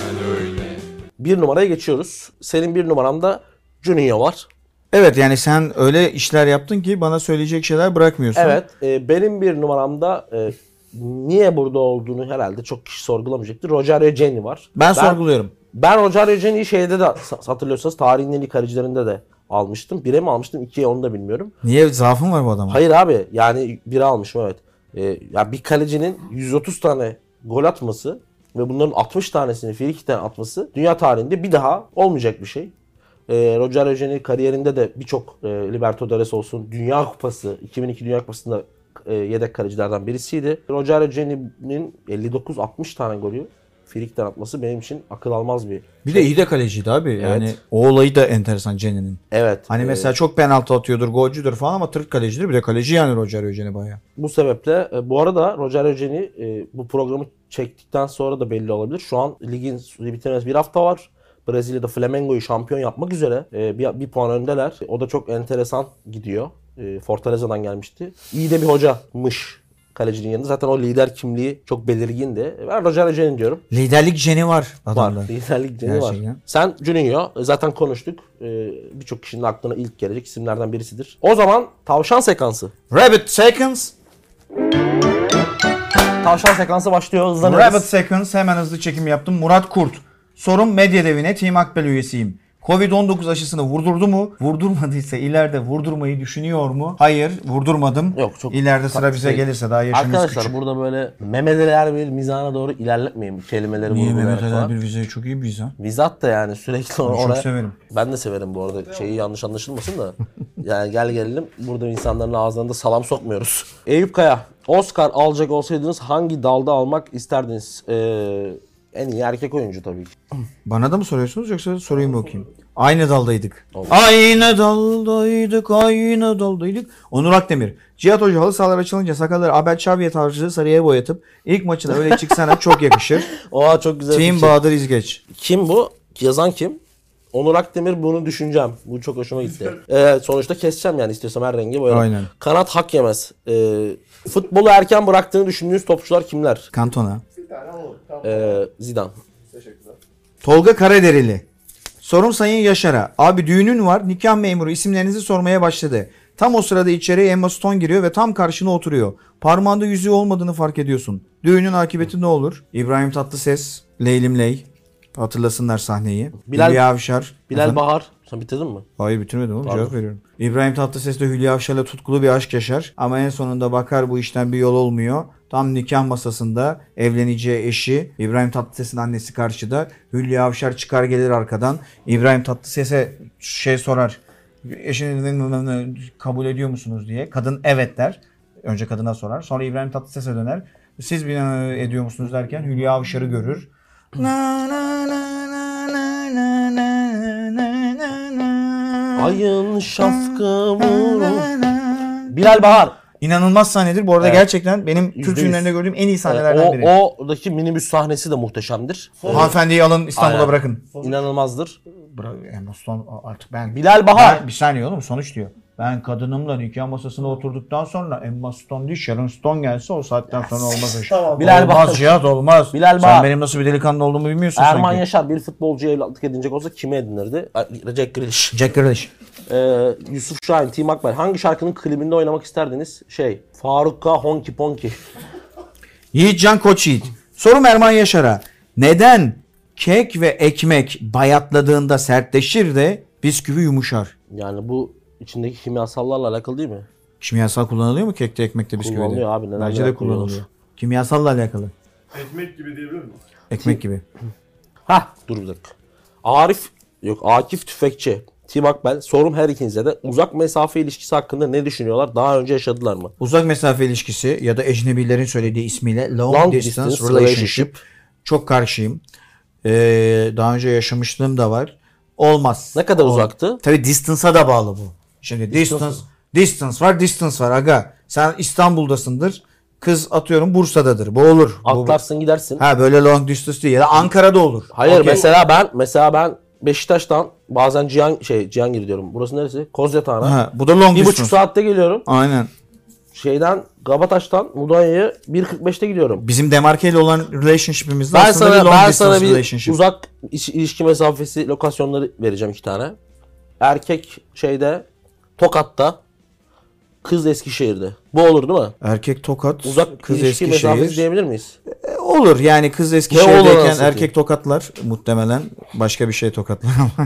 Bir numaraya geçiyoruz. Senin bir numaranda Juninho var. Evet yani sen öyle işler yaptın ki bana söyleyecek şeyler bırakmıyorsun. Evet. e, benim bir numaramda e, niye burada olduğunu herhalde çok kişi sorgulamayacaktır. Rogerio Jenny var. Ben, sorguluyorum. Ben Rogerio Jenny'yi şeyde de hatırlıyorsanız tarihin en iyi kalecilerinde de almıştım. Bire mi almıştım? İkiye onu da bilmiyorum. Niye zaafın var bu adama? Hayır abi yani bire almışım evet. E, ya bir kalecinin yüz otuz tane gol atması ve bunların altmış tanesini frikikten atması dünya tarihinde bir daha olmayacak bir şey. E, Rogerio Jenny kariyerinde de birçok e, Libertadores olsun, Dünya Kupası, iki bin iki Dünya Kupası'nda e, yedek kalecilerden birisiydi. Rogerio Jenny'nin elli dokuz altmış tane golü frikten atması benim için akıl almaz bir. Bir de iyi de kaleciydi abi. Yani Evet. o olayı da enteresan Cenne'nin. Evet. Hani e, mesela çok penaltı atıyordur, golcüdür falan ama Türk kalecidir. Bir de kaleci yani Roger Ceni bayağı. Bu sebeple e, bu arada Roger Ceni e, bu programı çektikten sonra da belli olabilir. Şu an ligin bitirmesi bir hafta var. Brezilya'da Flamengo'yu şampiyon yapmak üzere. E, bir, bir puan öndeler. O da çok enteresan gidiyor. E, Fortaleza'dan gelmişti. İyi de bir hocamış kalecinin yanında. Zaten o lider kimliği çok belirgindi. Ben Roger Ceni diyorum. Liderlik Ceni var Var. adamda. Liderlik Ceni var. Gerçekten. Sen Juninho zaten konuştuk. E, Birçok kişinin aklına ilk gelecek isimlerden birisidir. O zaman tavşan sekansı. Rabbit Seconds. Tavşan sekansı başlıyor. Hızlanıyoruz. Rabbit Seconds hemen hızlı çekim yaptım. Murat Kurt. Sorum medya devine Team Akbel üyesiyim. covid on dokuz aşısını vurdurdu mu? Vurdurmadıysa ileride vurdurmayı düşünüyor mu? Hayır, vurdurmadım. Yok, çok İleride sıra bize şey- gelirse daha yaşımız Arkadaşlar küçük. burada böyle Mehmet Ali Erbil mizahına doğru ilerletmeyin kelimeleri Niye vurgulayarak Mehmet Ali falan. Erbil bize çok iyi bir insan. Vizat da yani sürekli Onu oraya. çok severim. Ben de severim bu arada. Şeyi yanlış anlaşılmasın da. Yani gel gelelim burada insanların ağzlarında salam sokmuyoruz. Eyüp Kaya. Oscar alacak olsaydınız hangi dalda almak isterdiniz? Ee, en iyi erkek oyuncu tabii ki. Bana da mı soruyorsunuz yoksa soruyu mu okuyayım? Aynı daldaydık. Olur. Aynı daldaydık, aynı daldaydık. Onur Akdemir. Cihat Hoca halı sahalar açılınca sakalları Abel Xavier tarzı sarıya boyatıp ilk maçına öyle çıksana çok yakışır. Oha çok güzel Team fikir. Bahadır İzgeç. Kim bu? Yazan kim? Onur Akdemir bunu düşüneceğim. Bu çok hoşuma gitti. Ee, sonuçta keseceğim yani istiyorsam her rengi boyarım. Aynen. Kanat hak yemez. Ee, futbolu erken bıraktığını düşündüğünüz topçular kimler? Kantona. Bir tane alalım. Tamam. Ee, Zidane. Teşekkürler. Tolga Karaderili. Sorum Sayın Yaşar'a. Abi düğünün var. Nikah memuru isimlerinizi sormaya başladı. Tam o sırada içeriye Emma Stone giriyor ve tam karşına oturuyor. Parmağında yüzüğü olmadığını fark ediyorsun. Düğünün akıbeti ne olur? İbrahim Tatlıses, Leylim Ley. Hatırlasınlar sahneyi. Bilal- Hülya Avşar. Bilal Efendim? Bahar. Sen bitirdin mi? Hayır bitirmedim oğlum, Pardon. cevap veriyorum. İbrahim Tatlıses de Hülya Avşar'la tutkulu bir aşk yaşar. Ama en sonunda bakar bu işten bir yol olmuyor. Tam nikah masasında evleneceği eşi İbrahim Tatlıses'in annesi karşıda. Hülya Avşar çıkar gelir arkadan. İbrahim Tatlıses'e şey sorar. Eşini kabul ediyor musunuz diye. Kadın evet der. Önce kadına sorar. Sonra İbrahim Tatlıses'e döner. Siz bina ediyor musunuz derken Hülya Avşar'ı görür. Na, na, na, na, na, na, na, na, na, na. Ayın şafkı vurur. Bilal Bahar. İnanılmaz sahnedir. Bu arada Evet. gerçekten benim Türk Yüzde filmlerinde yüz. gördüğüm en iyi Ee, sahnelerden biri. o, oradaki minibüs sahnesi de muhteşemdir. O hanımefendiyi alın İstanbul'a Aynen. bırakın. İnanılmazdır. Bırak, Emma Stone artık ben... Bilal Bahar. Ben- bir saniye oğlum sonuç diyor. Ben kadınımla nikah masasına oturduktan sonra Emma Stone değil Sharon Stone gelse o saatten sonra olmaz. o iş. Tamam. Bilal olmaz Bahar. Cihat olmaz. Bilal Sen Bahar. benim nasıl bir delikanlı olduğumu bilmiyorsun Erman sanki. Yaşar bir futbolcuya evlatlık edinecek olsa kime edinirdi? Jack Grealish. Jack Grealish. Ee, Yusuf Şahin, Team Akbel. Hangi şarkının klibinde oynamak isterdiniz? Şey, Faruk'a Honky Ponky. Yiğitcan Koçyiğit. Sorum Erman Yaşar'a. Neden kek ve ekmek bayatladığında sertleşir de bisküvi yumuşar? Yani bu içindeki kimyasallarla alakalı değil mi? Kimyasal kullanılıyor mu kekte, ekmekte, bisküvide? Kullanılıyor abi, neden Bence de neden kullanılıyor. kullanılır? Kimyasalla alakalı. Ekmek gibi diyebilir miyim? Ekmek gibi. Hah, dur bir dakika. Arif, yok Akif Tüfekçi, Team Akbel. Sorum her ikinize de uzak mesafe ilişkisi hakkında ne düşünüyorlar? Daha önce yaşadılar mı? Uzak mesafe ilişkisi ya da ecnebilerin söylediği ismiyle long, Long distance, distance relationship. relationship. Çok karşıyım. Ee, daha önce yaşamışlığım da var. Olmaz. Ne kadar Ol- uzaktı? Tabii distance'a da bağlı bu. Şimdi distance, distance var, distance var aga. Sen İstanbul'dasındır. Kız atıyorum Bursa'dadır. Bu olur. Bu- Atlarsın gidersin. Ha böyle long distance değil ya da Ankara'da olur. Hayır Okey. mesela ben mesela ben Beşiktaş'tan bazen Cihan şey Cihangir diyorum. Burası neresi? Kozyatağı'na. Ha, bu da long Bir distance. buçuk saatte geliyorum. Aynen. Şeyden Kabataş'tan Mudanya'ya bir kırk beşte gidiyorum. Bizim Demarke ile olan relationship'imizde Ben aslında bir sana long ben distance sana bir relationship. uzak iş- ilişki mesafesi lokasyonları vereceğim iki tane. Erkek şeyde Tokat'ta, kız Eskişehir'de. Bu olur değil mi? Erkek Tokat, Uzak kız ilişki mesafesi Eskişehir. diyebilir miyiz? E, olur yani kız Ne olur Eskişehir'deyken anasını erkek tokatlar muhtemelen başka bir şey tokatlar ama.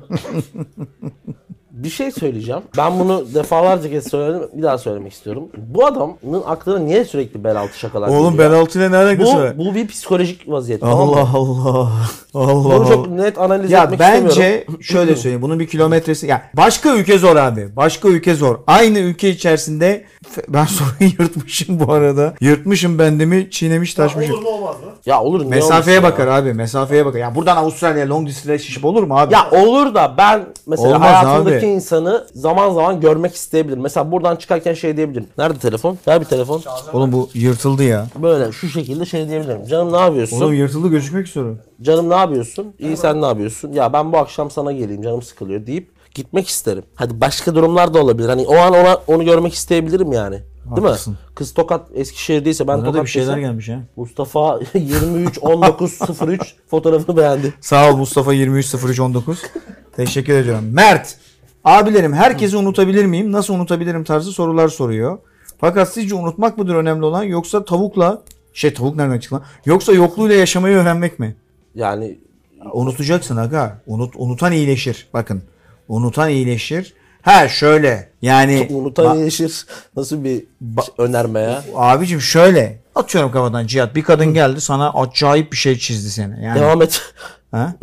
Bir şey söyleyeceğim. Ben bunu defalarca kez söyledim. Bir daha söylemek istiyorum. Bu adamın aklına niye sürekli bel altı şakalar Oğlum geliyor? bel altıyla ne alakası var? Bu, bu bir psikolojik vaziyet. tamam mı? Allah Allah. Allah Bunu Allah. çok net analiz Ya etmek bence istemiyorum. şöyle söyleyeyim. Bunun bir kilometresi. Ya başka ülke zor abi. Başka ülke zor. Aynı ülke içerisinde ben soruyu yırtmışım bu arada. Yırtmışım bendimi, çiğnemiş taşmışım. Olur mu olmaz mı? Ya olur niye Mesafeye olmasın bakar ya? abi. Mesafeye bakar. Ya buradan Avustralya'ya long distance şişip olur mu abi? Ya olur da ben mesela Olmaz hayatımdaki abi. insanı zaman zaman görmek isteyebilirim. Mesela buradan çıkarken şey diyebilirim. Nerede telefon? Ver bir telefon. Oğlum bu yırtıldı ya. Böyle şu şekilde şey diyebilirim. Canım ne yapıyorsun? Oğlum yırtıldı gözükmek istiyorum. Canım ne yapıyorsun? İyi sen ne yapıyorsun? Ya ben bu akşam sana geleyim canım sıkılıyor deyip gitmek isterim. Hadi başka durumlar da olabilir. Hani o an ona onu görmek isteyebilirim yani. Değil Haklısın. mi? Kız Tokat Eskişehir'deyse ben Bana da bir Tokat'taysam şeyler gelmiş ha. Mustafa yirmi üç on dokuz sıfır üç fotoğrafını beğendi. Sağ ol Mustafa yirmi üç sıfır üç on dokuz. Teşekkür ediyorum. Mert. Abilerim herkesi unutabilir miyim? Nasıl unutabilirim tarzı sorular soruyor. Fakat sizce unutmak mıdır önemli olan yoksa tavukla şey tavuk nereden çıktı lan? Yoksa yokluğuyla yaşamayı öğrenmek mi? Yani Unutacaksın aga. Unut, unutan iyileşir. Bakın. Unutan iyileşir. Ha şöyle. Yani unutan ba- iyileşir. Nasıl bir önerme ya? abicim şöyle. Atıyorum kafadan Cihat. Bir kadın geldi sana acayip bir şey çizdi seni. Yani, Devam et. ha?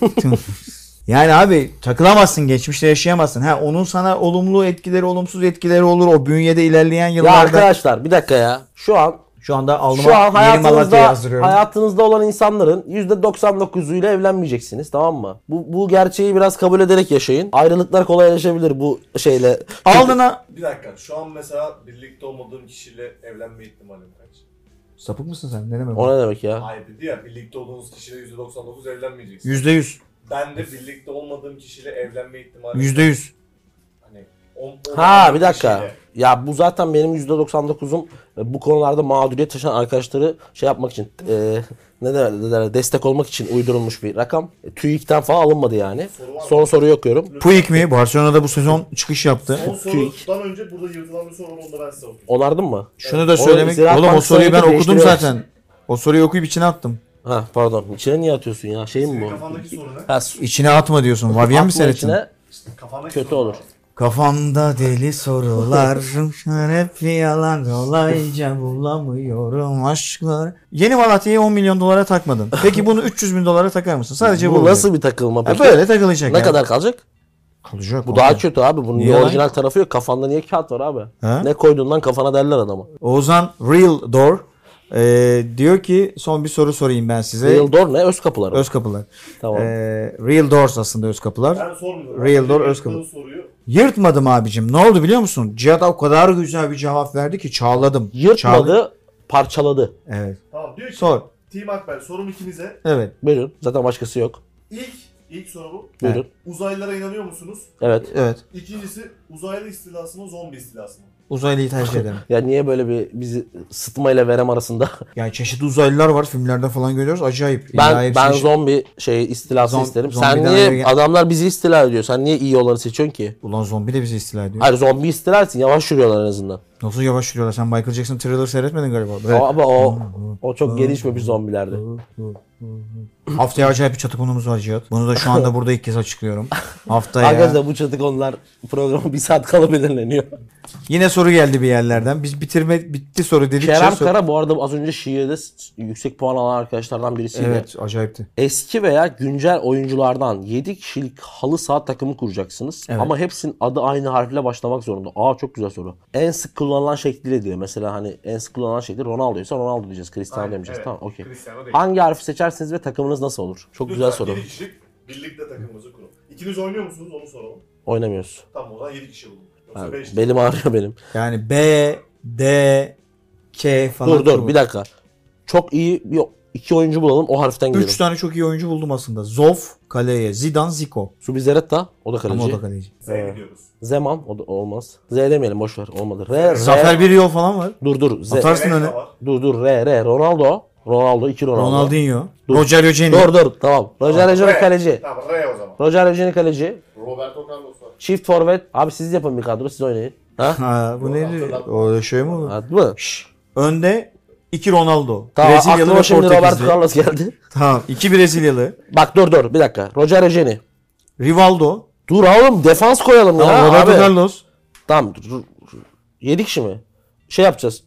Yani abi takılamazsın. Geçmişte yaşayamazsın. Ha onun sana olumlu etkileri, olumsuz etkileri olur. O bünyede ilerleyen Ya yıllarda. arkadaşlar bir dakika ya. Şu an Şu anda alnıma şu an yeni Malatya'yı hayatınızda yazdırıyorum. hayatınızda olan insanların yüzde doksan dokuzuyla evlenmeyeceksiniz, tamam mı? Bu bu gerçeği biraz kabul ederek yaşayın. Ayrılıklar kolaylaşabilir bu şeyle. Alnına Bir dakika. Şu an mesela birlikte olmadığım kişiyle evlenme ihtimalim kaç? sapık mısın sen? Ne demek? O ne demek ya? Hayır dedi ya, birlikte olduğunuz kişiyle yüzde doksan dokuz evlenmeyeceksin. Yüzde yüz. Ben de birlikte olmadığım kişiyle evlenme ihtimalim Yüzde yüz. Hani on, Ha bir dakika. Ya bu zaten benim yüzde doksan dokuzum e, bu konularda mağduriyet taşıyan arkadaşları şey yapmak için e, ne derler, ne derler, destek olmak için uydurulmuş bir rakam. E, TÜİK'ten falan alınmadı yani. Soru var mı? Son soruyu okuyorum. Puig mi? Barcelona'da bu sezon çıkış yaptı. Son sorudan önce burada yırtılan bir soru var, onu da ben size okuyayım. Onardın mı? Şunu da O söylemek. Ziraat Oğlum o Bankası soruyu ben hareketi okudum değiştiriyor. zaten. O soruyu okuyup içine attım. Ha pardon. İçine niye atıyorsun ya? Şey mi Senin bu? kafandaki soru ne? Ha, su- İçine atma diyorsun. Vavyen mi atma seyrettin? içine Kafandaki kötü soru olur. ne? Kafamda deli sorular. Hep yalan kolayca bulamıyorum aşklar. Yeni Malatya'yı on milyon dolara takmadın. Peki bunu üç yüz bin dolara takar mısın? Sadece bu. Bu nasıl bir takılma Ha, peki? böyle takılacak Ne ya. kadar kalacak? Kalacak. Bu daha kötü abi. Bunun Niye bir lan? orijinal tarafı yok. Kafanda niye kağıt var abi? Ha? Ne koyduğundan kafana derler adama. Oğuzhan Real Door e, diyor ki son bir soru sorayım ben size. Real door ne? Öz kapılar mı? Öz kapılar. Tamam. E, Real Doors aslında öz kapılar. Ben sormuyorum. Real Ben Door yırttığın Özkabı. soruyu Yırtmadım abicim. Ne oldu biliyor musun? Cihat o kadar güzel bir cevap verdi ki çağladım. Yırtmadı, Çağladım. parçaladı. Evet. tamam diyor ki Sor. Team Akbel sorum ikinize. Evet. Buyurun. Zaten başkası yok. İlk ilk soru bu. Buyurun. Uzaylılara inanıyor musunuz? Evet. Evet. İkincisi uzaylı istilası mı zombi istilası mı? Uzaylıyı tercih ederim. Ya niye böyle bir bizi sıtma ile verem arasında? Yani çeşitli uzaylılar var. Filmlerde falan görüyoruz. Acayip. ben İlahi bir ben şey- zombi şey istilası Zom- isterim. zombiden Sen ayrı niye gel- adamlar bizi istila ediyor? Sen niye iyi olanı seçiyorsun ki? Ulan zombi de bizi istila ediyor. Hayır zombi istilersin. Yavaş yürüyorlar en azından. Nasıl yavaş yürüyorlar? Sen Michael Jackson Thriller seyretmedin galiba. Böyle. Ama o o çok gelişmemiş zombilerdi. Haftaya acayip bir çatı konumuz var Cihat. Bunu da şu anda burada ilk kez açıklıyorum. Haftaya. Arkadaşlar bu çatı konular programı bir saat kala belirleniyor. Yine soru geldi bir yerlerden. Biz bitirme bitti soru dedikçe. Kerem sor- Kara bu arada az önce şiirde s- yüksek puan alan arkadaşlardan birisiydi. Evet acayipti. Eski veya güncel oyunculardan yedi kişilik halı saha takımı kuracaksınız. Evet. Ama hepsinin adı aynı harfle başlamak zorunda. Aa çok güzel soru. En sık kullanılan şekliyle diyor. Mesela hani en sık kullanılan şekli Ronaldo'ysa Ronaldo diyeceğiz. Cristiano Aynen, demeyeceğiz. evet. Tamam okey. Cristiano değil. Hangi harfi seçersiniz ve takımınız nasıl olur? Çok güzel Lütfen soru. yedi kişilik birlikte takımımızı kurun. İkiniz oynuyor musunuz onu soralım. Oynamıyoruz. Tamam o zaman yedi kişi bulun. Yoksa Yani beş belim ağrıyor benim. Yani B, D, K falan. Dur dur bir dakika. Çok iyi bir iki oyuncu bulalım o harften gidelim. Üç tane çok iyi oyuncu buldum aslında. Zof kaleye, Zidane, Zico. Subizeretta o da kaleci. Ama o da kaleci. Z'ye gidiyoruz. Zeman o da olmaz. Z demeyelim boş ver olmadı. R, R. Zafer bir yol falan var. Dur dur. Z. Atarsın Renk de öne. var. Dur dur R R Ronaldo. Ronaldo iki Ronaldo. Ronaldinho. Dur. Rogerio Ceni. Dur dur tamam. Roger Tamam, Ejeni R. kaleci. Tamam R o zaman. Roger Ejeni kaleci. Roberto Carlos var. Çift forvet. Abi siz yapın bir kadro siz oynayın. Ha? Ha, bu neydi? O şey mi olur? Hadi mı? Şşş. Önde iki Ronaldo. Tamam Brezilyalı aklıma ve şimdi Roberto Portekizli. Carlos geldi. Tamam. iki Brezilyalı. Bak dur dur bir dakika. Roger Ejeni. Rivaldo. Dur oğlum defans koyalım ya. Tamam, Roberto abi. Carlos. Tamam. dur, dur. Yedi kişi mi? Şey yapacağız.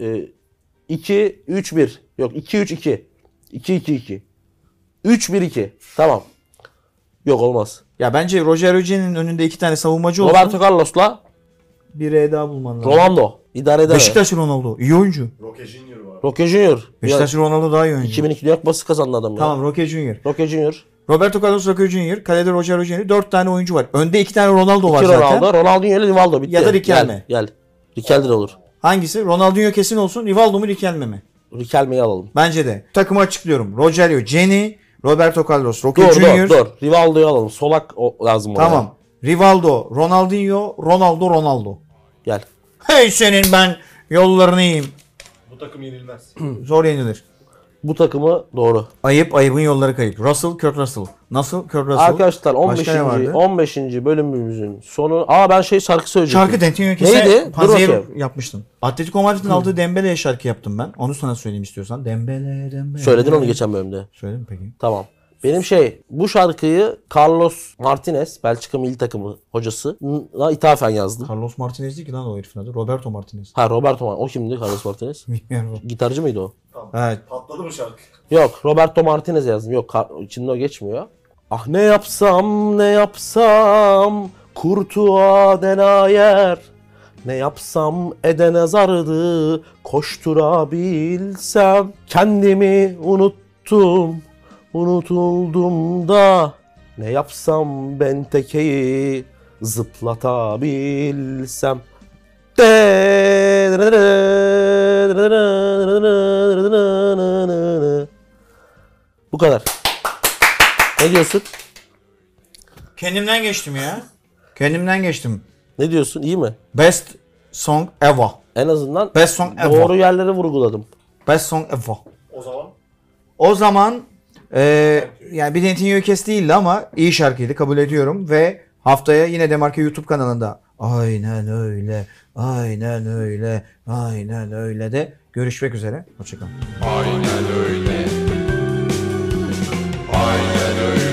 iki üç bir. Yok iki üç iki. iki iki iki. üç bir iki. Tamam. Yok olmaz. Ya bence Rogerio Ceni'nin önünde iki tane savunmacı olsun. Roberto Carlos'la Bir E daha bulman lazım. Ronaldo. İdare eder. Beşiktaş Ronaldo. İyi oyuncu. Roque Junior var. Roque Junior. Beşiktaş Ronaldo daha iyi oyuncu. iki bin iki Dünya Kupası kazandı adam ya. Tamam, Roque Junior. Roque Junior. Roberto Carlos Roque Junior, kalede Roger Junior. Dört tane oyuncu var. Önde iki tane Ronaldo var İki zaten. Ronaldo. Ronaldinho ile Rivaldo bitti. Ya da Riquelme. Gel. gel. Riquelme de olur. Hangisi? Ronaldinho kesin olsun. Rivaldo mu Riquelme mi? Riquelme'yi alalım. Bence de. Takımı açıklıyorum. Rogerio, Jenny, Roberto Carlos, Roque Dur Junior. dur dur. Rivaldo'yu alalım. Solak o, lazım oraya. Tamam. Rivaldo, Ronaldinho, Ronaldo, Ronaldo. Gel. Hey senin ben yollarını yiyeyim. Bu takım yenilmez. Zor yenilir. Bu takımı doğru. Ayıp, ayıbın yolları kayıp. Russell, Kurt Russell. Nasıl Kurt Russell? Arkadaşlar on Başka ne vardı? beşinci on beşinci bölümümüzün sonu. Aa ben şey şarkı söyleyecektim. Şarkı Dentinho Kese Neydi? Dur Panzer bakayım. yapmıştım. Atletico Madrid'in aldığı Dembele'ye şarkı yaptım ben. Onu sana söyleyeyim istiyorsan. Dembele, Dembele. Söyledin onu geçen bölümde. Söyledim peki. Tamam. Benim şey bu şarkıyı Carlos Martinez, Belçika milli takımı hocasına ithafen yazdım. Carlos Martinez değil ki lan o herifin adı. Roberto Martinez. Ha Roberto Martinez. O kimdi Carlos Martinez? Bilmiyorum. Gitarcı mıydı o? Tamam. Evet. Patladı mı şarkı? Yok Roberto Martinez yazdım. Yok Kar- içinde o geçmiyor. Ah ne yapsam ne yapsam kurtuğa denayer. Ne yapsam edene zardı koşturabilsem. Kendimi unuttum unutuldum da. Ne yapsam ben tekeyi zıplatabilsem. Bu kadar. Ne diyorsun? Kendimden geçtim ya. Kendimden geçtim. Ne diyorsun? İyi mi? Best song ever. En azından Best song ever. doğru yerleri vurguladım. Best song ever. O zaman O zaman e, yani bir Dentinho Kes değildi ama iyi şarkıydı, kabul ediyorum ve haftaya yine Demarke YouTube kanalında aynen öyle, aynen öyle, aynen öyle de görüşmek üzere. Hoşçakalın. Aynen öyle. Aynen öyle.